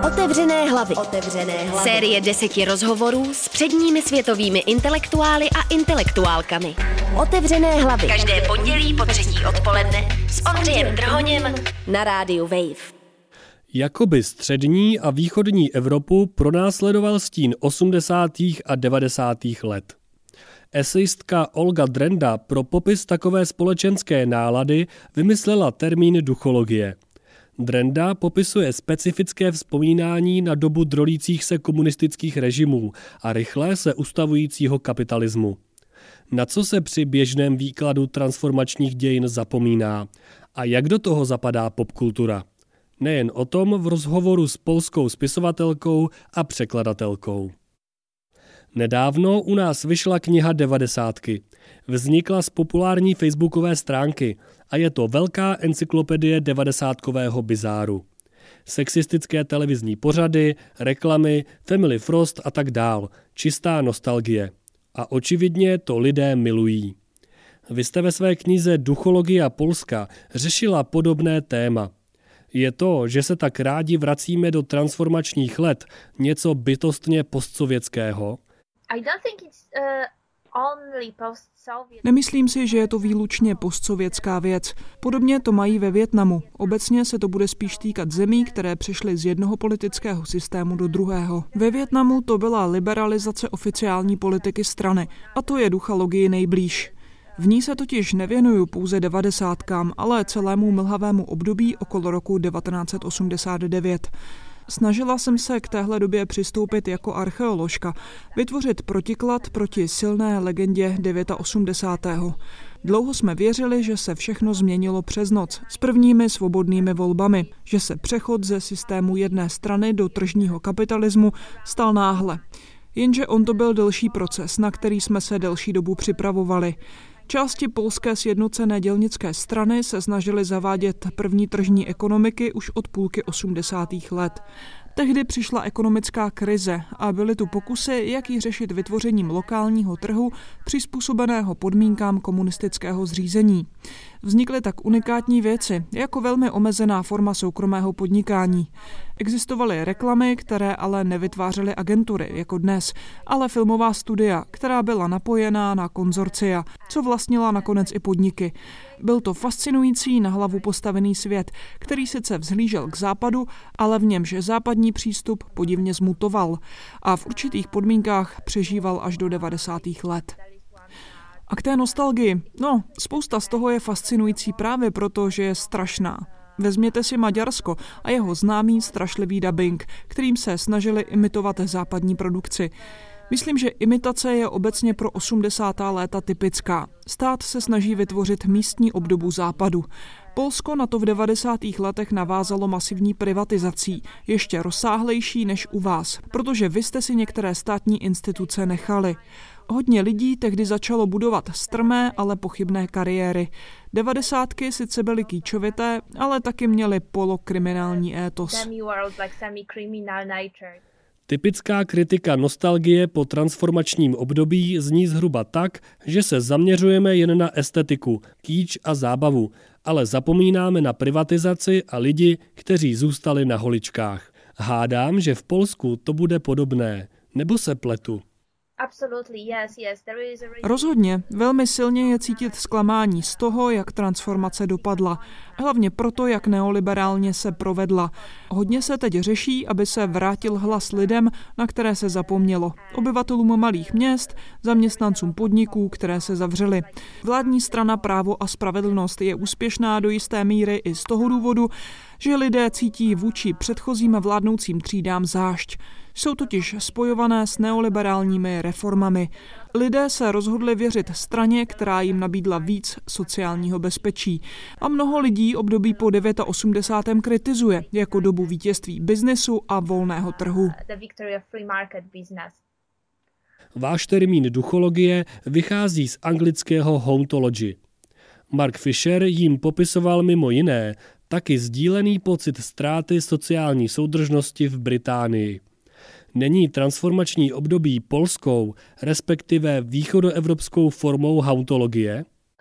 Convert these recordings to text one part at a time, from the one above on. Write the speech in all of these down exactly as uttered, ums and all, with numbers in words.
Otevřené hlavy. Otevřené hlavy. Série deseti rozhovorů s předními světovými intelektuály a intelektuálkami. Otevřené hlavy. Každé pondělí po třetí odpoledne s Ondřejem Drhoněm na rádiu Wave. Jakoby střední a východní Evropu pronásledoval stín osmdesátých a devadesátých let. Esejistka Olga Drenda pro popis takové společenské nálady vymyslela termín duchologie. Drenda popisuje specifické vzpomínání na dobu drolících se komunistických režimů a rychle se ustavujícího kapitalismu. Na co se při běžném výkladu transformačních dějin zapomíná a jak do toho zapadá popkultura? Nejen o tom v rozhovoru s polskou spisovatelkou a překladatelkou. Nedávno u nás vyšla kniha devadesátky. Vznikla z populární facebookové stránky a je to velká encyklopedie devadesátkového bizáru. Sexistické televizní pořady, reklamy, Family Frost a tak dál. Čistá nostalgie. A očividně to lidé milují. Vy jste ve své knize Duchologia Polska řešila podobné téma. Je to, že se tak rádi vracíme do transformačních let, něco bytostně postsovětského? Nemyslím si, že je to výlučně postsovětská věc. Podobně to mají ve Vietnamu. Obecně se to bude spíš týkat zemí, které přešly z jednoho politického systému do druhého. Ve Vietnamu to byla liberalizace oficiální politiky strany, a to je duchologii nejblíž. V ní se totiž nevěnuju pouze devadesátkám, ale celému mlhavému období okolo roku devatenáct set osmdesát devět. Snažila jsem se k téhle době přistoupit jako archeoložka, vytvořit protiklad proti silné legendě osmdesátého devátého Dlouho jsme věřili, že se všechno změnilo přes noc s prvními svobodnými volbami, že se přechod ze systému jedné strany do tržního kapitalismu stal náhle. Jenže on to byl delší proces, na který jsme se delší dobu připravovali. Části polské sjednocené dělnické strany se snažily zavádět první tržní ekonomiky už od půlky osmdesátých let. Tehdy přišla ekonomická krize a byly tu pokusy, jak ji řešit vytvořením lokálního trhu přizpůsobeného podmínkám komunistického zřízení. Vznikly tak unikátní věci, jako velmi omezená forma soukromého podnikání. Existovaly reklamy, které ale nevytvářely agentury, jako dnes, ale filmová studia, která byla napojená na konzorcia, co vlastnila nakonec i podniky. Byl to fascinující na hlavu postavený svět, který sice vzhlížel k západu, ale v němž západní přístup podivně zmutoval a v určitých podmínkách přežíval až do devadesátých let. A k té nostalgii, no, spousta z toho je fascinující právě proto, že je strašná. Vezměte si Maďarsko a jeho známý strašlivý dabing, kterým se snažili imitovat západní produkci. Myslím, že imitace je obecně pro osmdesátá léta typická. Stát se snaží vytvořit místní obdobu západu. Polsko na to v devadesátých letech navázalo masivní privatizací, ještě rozsáhlejší než u vás, protože vy jste si některé státní instituce nechali. Hodně lidí tehdy začalo budovat strmé, ale pochybné kariéry. Devadesátky sice byly kýčovité, ale taky měly polokriminální étos. Typická kritika nostalgie po transformačním období zní zhruba tak, že se zaměřujeme jen na estetiku, kýč a zábavu, ale zapomínáme na privatizaci a lidi, kteří zůstali na holičkách. Hádám, že v Polsku to bude podobné, nebo se pletu? Rozhodně, velmi silně je cítit zklamání z toho, jak transformace dopadla. Hlavně proto, jak neoliberálně se provedla. Hodně se teď řeší, aby se vrátil hlas lidem, na které se zapomnělo. Obyvatelům malých měst, zaměstnancům podniků, které se zavřely. Vládní strana Právo a spravedlnost je úspěšná do jisté míry i z toho důvodu, že lidé cítí vůči předchozím vládnoucím třídám zášť. Jsou totiž spojované s neoliberálními reformami. Lidé se rozhodli věřit straně, která jim nabídla víc sociálního bezpečí. A mnoho lidí období po osmdesátém devátém kritizuje jako dobu vítězství biznesu a volného trhu. Váš termín duchologie vychází z anglického hauntology. Mark Fisher jim popisoval mimo jiné taky sdílený pocit ztráty sociální soudržnosti v Británii. Není transformační období polskou, respektive východoevropskou formou hauntologie?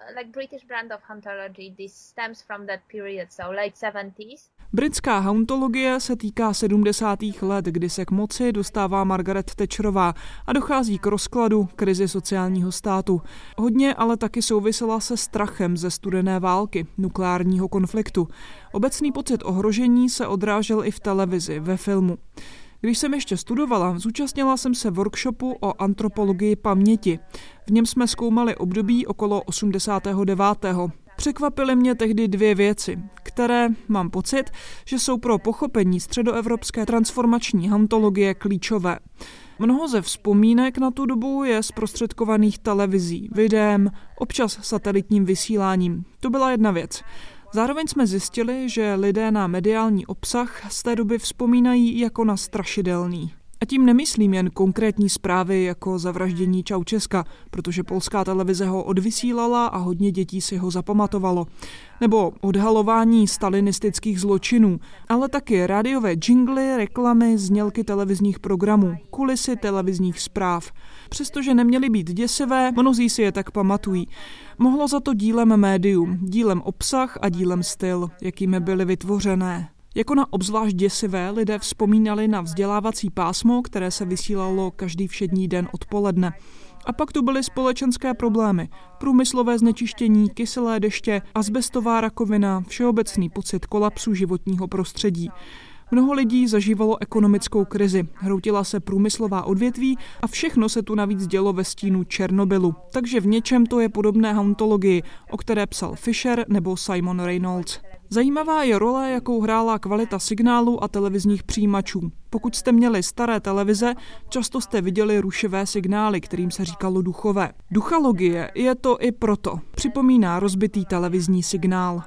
like British brand of hauntology. This stems from that period, so late seventies. Britská hauntologie se týká sedmdesátých let, kdy se k moci dostává Margaret Thatcherová a dochází k rozkladu, krizi sociálního státu. Hodně ale taky souvisela se strachem ze studené války, nukleárního konfliktu. Obecný pocit ohrožení se odrážel i v televizi, ve filmu. Když jsem ještě studovala, zúčastnila jsem se workshopu o antropologii paměti. V něm jsme zkoumali období okolo osmdesátého devátého Překvapily mě tehdy dvě věci, které, mám pocit, že jsou pro pochopení středoevropské transformační hauntologie klíčové. Mnoho ze vzpomínek na tu dobu je zprostředkovaných televizí, videem, občas satelitním vysíláním. To byla jedna věc. Zároveň jsme zjistili, že lidé na mediální obsah z té doby vzpomínají jako na strašidelný. A tím nemyslím jen konkrétní zprávy jako zavraždění Čaučeska, protože polská televize ho odvysílala a hodně dětí si ho zapamatovalo. Nebo odhalování stalinistických zločinů, ale taky rádiové džingly, reklamy, znělky televizních programů, kulisy televizních zpráv. Přestože neměly být děsivé, mnozí si je tak pamatují. Mohlo za to dílem médium, dílem obsah a dílem styl, jakými byly vytvořené. Jako na obzvlášť děsivé lidé vzpomínali na vzdělávací pásmo, které se vysílalo každý všední den odpoledne. A pak tu byly společenské problémy, průmyslové znečištění, kyselé deště, azbestová rakovina, všeobecný pocit kolapsu životního prostředí. Mnoho lidí zažívalo ekonomickou krizi, hroutila se průmyslová odvětví a všechno se tu navíc dělo ve stínu Černobylu. Takže v něčem to je podobné hauntologii, o které psal Fisher nebo Simon Reynolds. Zajímavá je role, jakou hrála kvalita signálu a televizních přijímačů. Pokud jste měli staré televize, často jste viděli rušivé signály, kterým se říkalo duchové. Duchologie je to i proto. Připomíná rozbitý televizní signál.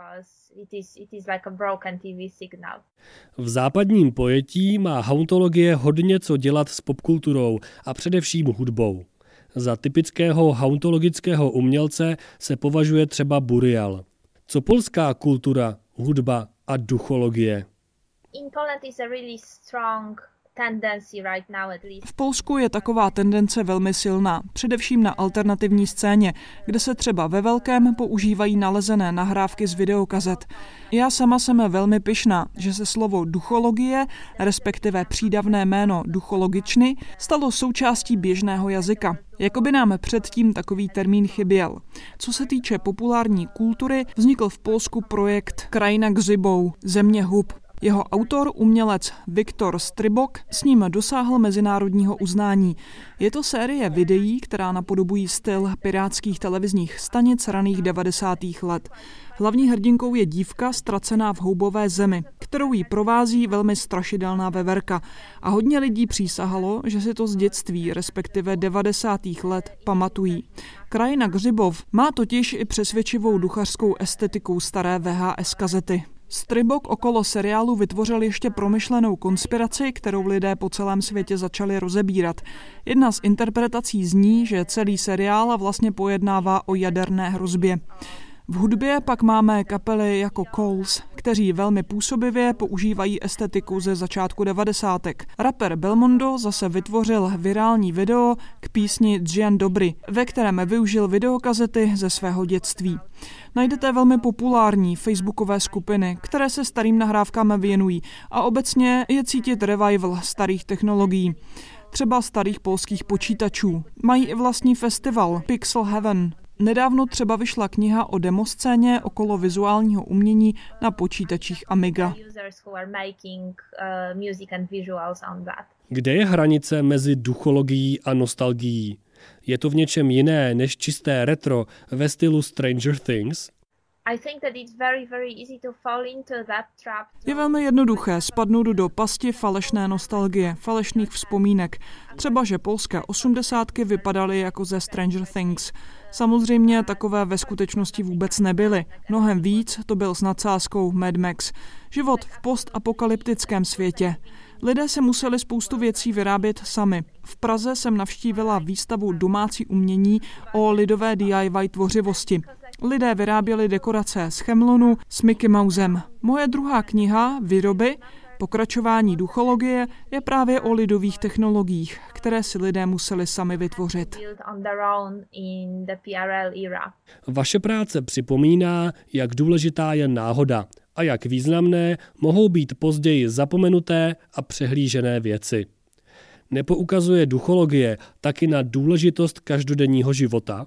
V západním pojetí má hauntologie hodně co dělat s popkulturou a především hudbou. Za typického hauntologického umělce se považuje třeba Burial. Co polská kultura, hudba a duchologie? V Polsku je taková tendence velmi silná, především na alternativní scéně, kde se třeba ve velkém používají nalezené nahrávky z videokazet. Já sama jsem velmi pyšná, že se slovo duchologie, respektive přídavné jméno duchologičny, stalo součástí běžného jazyka. Jakoby nám předtím takový termín chyběl. Co se týče populární kultury, vznikl v Polsku projekt Krajina Grzybów, země hub. Jeho autor, umělec Viktor Strybok, s ním dosáhl mezinárodního uznání. Je to série videí, která napodobují styl pirátských televizních stanic raných devadesátých let. Hlavní hrdinkou je dívka ztracená v houbové zemi, kterou jí provází velmi strašidelná veverka. A hodně lidí přísahalo, že si to z dětství, respektive devadesátých let, pamatují. Krajina Grzybów má totiž i přesvědčivou duchařskou estetikou staré V H S kazety. Strybok okolo seriálu vytvořil ještě promyšlenou konspiraci, kterou lidé po celém světě začali rozebírat. Jedna z interpretací zní, že celý seriál vlastně pojednává o jaderné hrozbě. V hudbě pak máme kapely jako Coles, kteří velmi působivě používají estetiku ze začátku devadesátek. Rapper Belmondo zase vytvořil virální video k písni Dzień dobry, ve kterém využil videokazety ze svého dětství. Najdete velmi populární facebookové skupiny, které se starým nahrávkám věnují a obecně je cítit revival starých technologií. Třeba starých polských počítačů. Mají i vlastní festival Pixel Heaven. Nedávno třeba vyšla kniha o demoscéně okolo vizuálního umění na počítačích Amiga. Kde je hranice mezi duchologií a nostalgií? Je to v něčem jiné než čisté retro ve stylu Stranger Things? Je velmi jednoduché spadnout do pasti falešné nostalgie, falešných vzpomínek. Třeba, že polské osmdesátky vypadaly jako ze Stranger Things. Samozřejmě takové ve skutečnosti vůbec nebyly. Mnohem víc to byl s nadsázkou Mad Max. Život v postapokalyptickém světě. Lidé se museli spoustu věcí vyrábět sami. V Praze jsem navštívila výstavu domácí umění o lidové D I Y tvořivosti. Lidé vyráběli dekorace z chemlonu s Mickey Mousem. Moje druhá kniha, Výroby, Pokračování duchologie je právě o lidových technologiích, které si lidé museli sami vytvořit. Vaše práce připomíná, jak důležitá je náhoda a jak významné mohou být později zapomenuté a přehlížené věci. Nepoukazuje duchologie taky na důležitost každodenního života?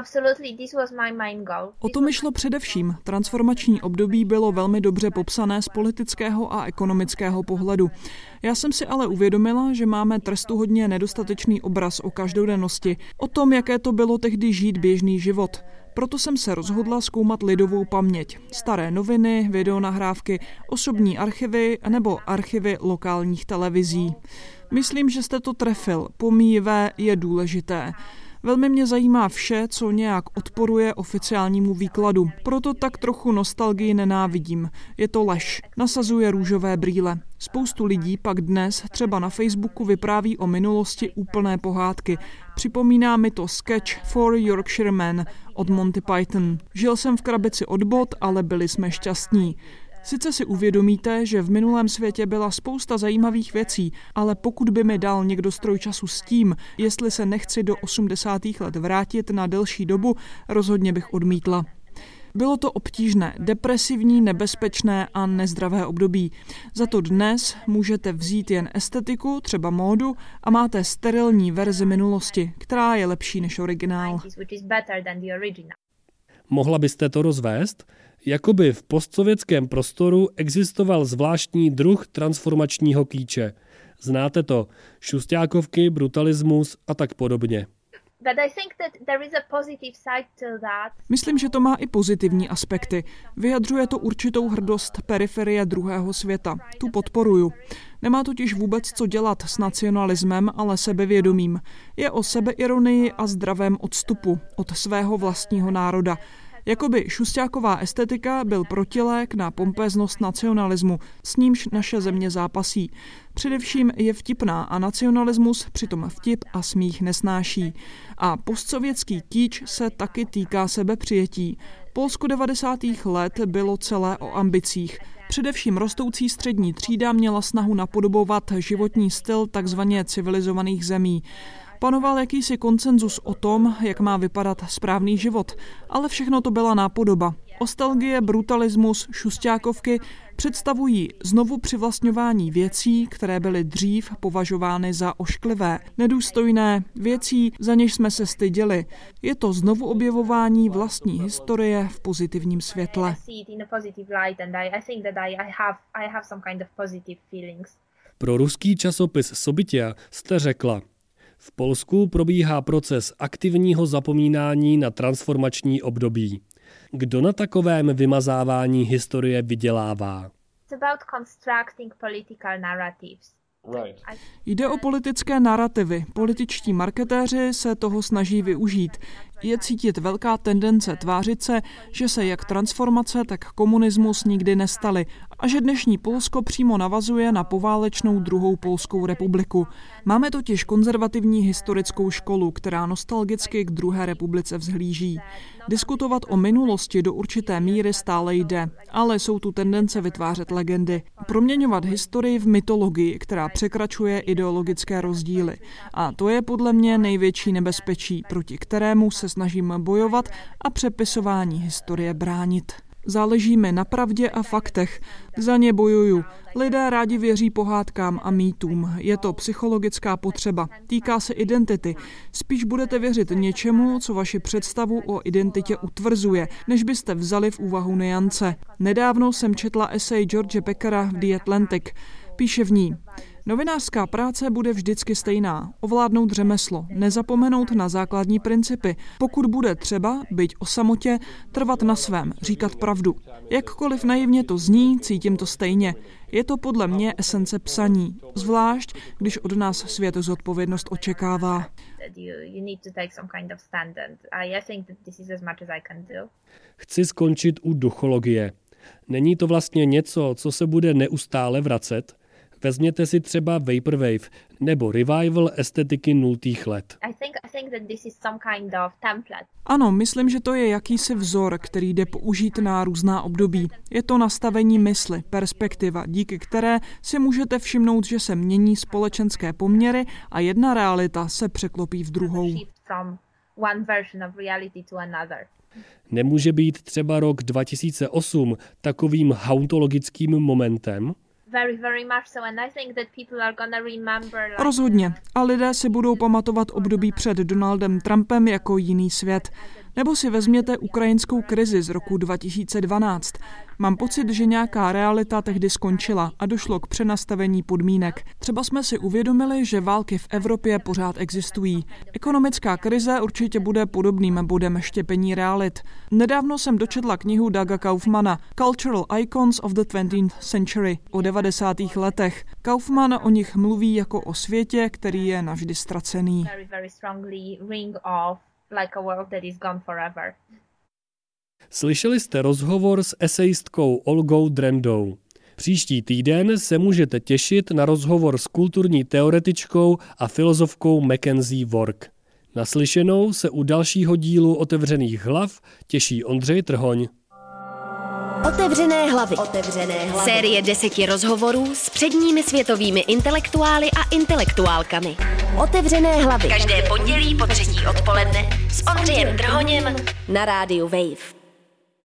O to mi šlo především. Transformační období bylo velmi dobře popsané z politického a ekonomického pohledu. Já jsem si ale uvědomila, že máme trestuhodně nedostatečný obraz o každodennosti, o tom, jaké to bylo tehdy žít běžný život. Proto jsem se rozhodla zkoumat lidovou paměť, staré noviny, videonahrávky, osobní archivy nebo archivy lokálních televizí. Myslím, že jste to trefil. Pomíjivé je důležité. Velmi mě zajímá vše, co nějak odporuje oficiálnímu výkladu. Proto tak trochu nostalgii nenávidím. Je to lež. Nasazuje růžové brýle. Spoustu lidí pak dnes třeba na Facebooku vypráví o minulosti úplné pohádky. Připomíná mi to sketch Four Yorkshire Men od Monty Python. Žil jsem v krabici od bot, ale byli jsme šťastní. Sice si uvědomíte, že v minulém světě byla spousta zajímavých věcí, ale pokud by mi dal někdo stroj času s tím, jestli se nechci do osmdesátých let vrátit na delší dobu, rozhodně bych odmítla. Bylo to obtížné, depresivní, nebezpečné a nezdravé období. Za to dnes můžete vzít jen estetiku, třeba módu, a máte sterilní verzi minulosti, která je lepší než originál. Mohla byste to rozvést? Jakoby v postsovětském prostoru existoval zvláštní druh transformačního kýče. Znáte to, šusťákovky, brutalismus a tak podobně. Myslím, že to má i pozitivní aspekty. Vyjadřuje to určitou hrdost periferie druhého světa. Tu podporuju. Nemá totiž vůbec co dělat s nacionalismem, ale sebevědomím. Je o sebeironii a zdravém odstupu od svého vlastního národa. Jakoby šusťáková estetika byl protilék na pompéznost nacionalismu, s nímž naše země zápasí. Především je vtipná a nacionalismus přitom vtip a smích nesnáší. A postsovětský kýč se taky týká sebepřijetí. Polsko devadesátých let bylo celé o ambicích. Především rostoucí střední třída měla snahu napodobovat životní styl takzvaně civilizovaných zemí. Panoval jakýsi konsenzus o tom, jak má vypadat správný život, ale všechno to byla nápodoba. Nostalgie, brutalismus, šusťákovky představují znovu přivlastňování věcí, které byly dřív považovány za ošklivé, nedůstojné, věcí, za něž jsme se styděli. Je to znovu objevování vlastní historie v pozitivním světle. Pro ruský časopis Sobitia jste řekla: v Polsku probíhá proces aktivního zapomínání na transformační období. Kdo na takovém vymazávání historie vydělává? Jde o politické narrativy. Političtí marketéři se toho snaží využít. Je cítit velká tendence tvářit se, že se jak transformace, tak komunismus nikdy nestaly a že dnešní Polsko přímo navazuje na poválečnou druhou Polskou republiku. Máme totiž konzervativní historickou školu, která nostalgicky k druhé republice vzhlíží. Diskutovat o minulosti do určité míry stále jde, ale jsou tu tendence vytvářet legendy. Proměňovat historii v mytologii, která překračuje ideologické rozdíly. A to je podle mě největší nebezpečí, proti kterému se snažím bojovat a přepisování historie bránit. Záleží mi na pravdě a faktech. Za ně bojuju. Lidé rádi věří pohádkám a mýtům. Je to psychologická potřeba. Týká se identity. Spíš budete věřit něčemu, co vaši představu o identitě utvrzuje, než byste vzali v úvahu nuance. Nedávno jsem četla esej George Beckera v The Atlantic. Píše v ní: novinářská práce bude vždycky stejná. Ovládnout řemeslo, nezapomenout na základní principy. Pokud bude třeba, byť o samotě, trvat na svém, říkat pravdu. Jakkoliv naivně to zní, cítím to stejně. Je to podle mě esence psaní, zvlášť když od nás svět zodpovědnost očekává. Chci skončit u duchologie. Není to vlastně něco, co se bude neustále vracet? Vezměte si třeba Vaporwave nebo revival estetiky nultých let. think that this is some kind of template. Ano, myslím, že to je jakýsi vzor, který jde použít na různá období. Je to nastavení mysli, perspektiva, díky které si můžete všimnout, že se mění společenské poměry a jedna realita se překlopí v druhou. Nemůže být třeba rok dva tisíce osm takovým hauntologickým momentem? Rozhodně. A lidé si budou pamatovat období před Donaldem Trumpem jako jiný svět. Nebo si vezměte ukrajinskou krizi z roku dva tisíce dvanáct. Mám pocit, že nějaká realita tehdy skončila a došlo k přenastavení podmínek. Třeba jsme si uvědomili, že války v Evropě pořád existují. Ekonomická krize určitě bude podobným bodem štěpení realit. Nedávno jsem dočetla knihu Douga Kaufmana Cultural Icons of the twentieth century o devadesátých letech. Kaufman o nich mluví jako o světě, který je navždy ztracený. Like a world that is gone forever. Slyšeli jste rozhovor s esejistkou Olgou Drendou. Příští týden se můžete těšit na rozhovor s kulturní teoretičkou a filozofkou Mackenzie Wark. Naslyšenou se u dalšího dílu Otevřených hlav těší Ondřej Trhoň. Otevřené hlavy. Otevřené hlavy. Série deseti rozhovorů s předními světovými intelektuály a intelektuálkami. Otevřené hlavy. Každé pondělí po třetí odpoledne s Ondřejem Trhoněm na rádiu Wave.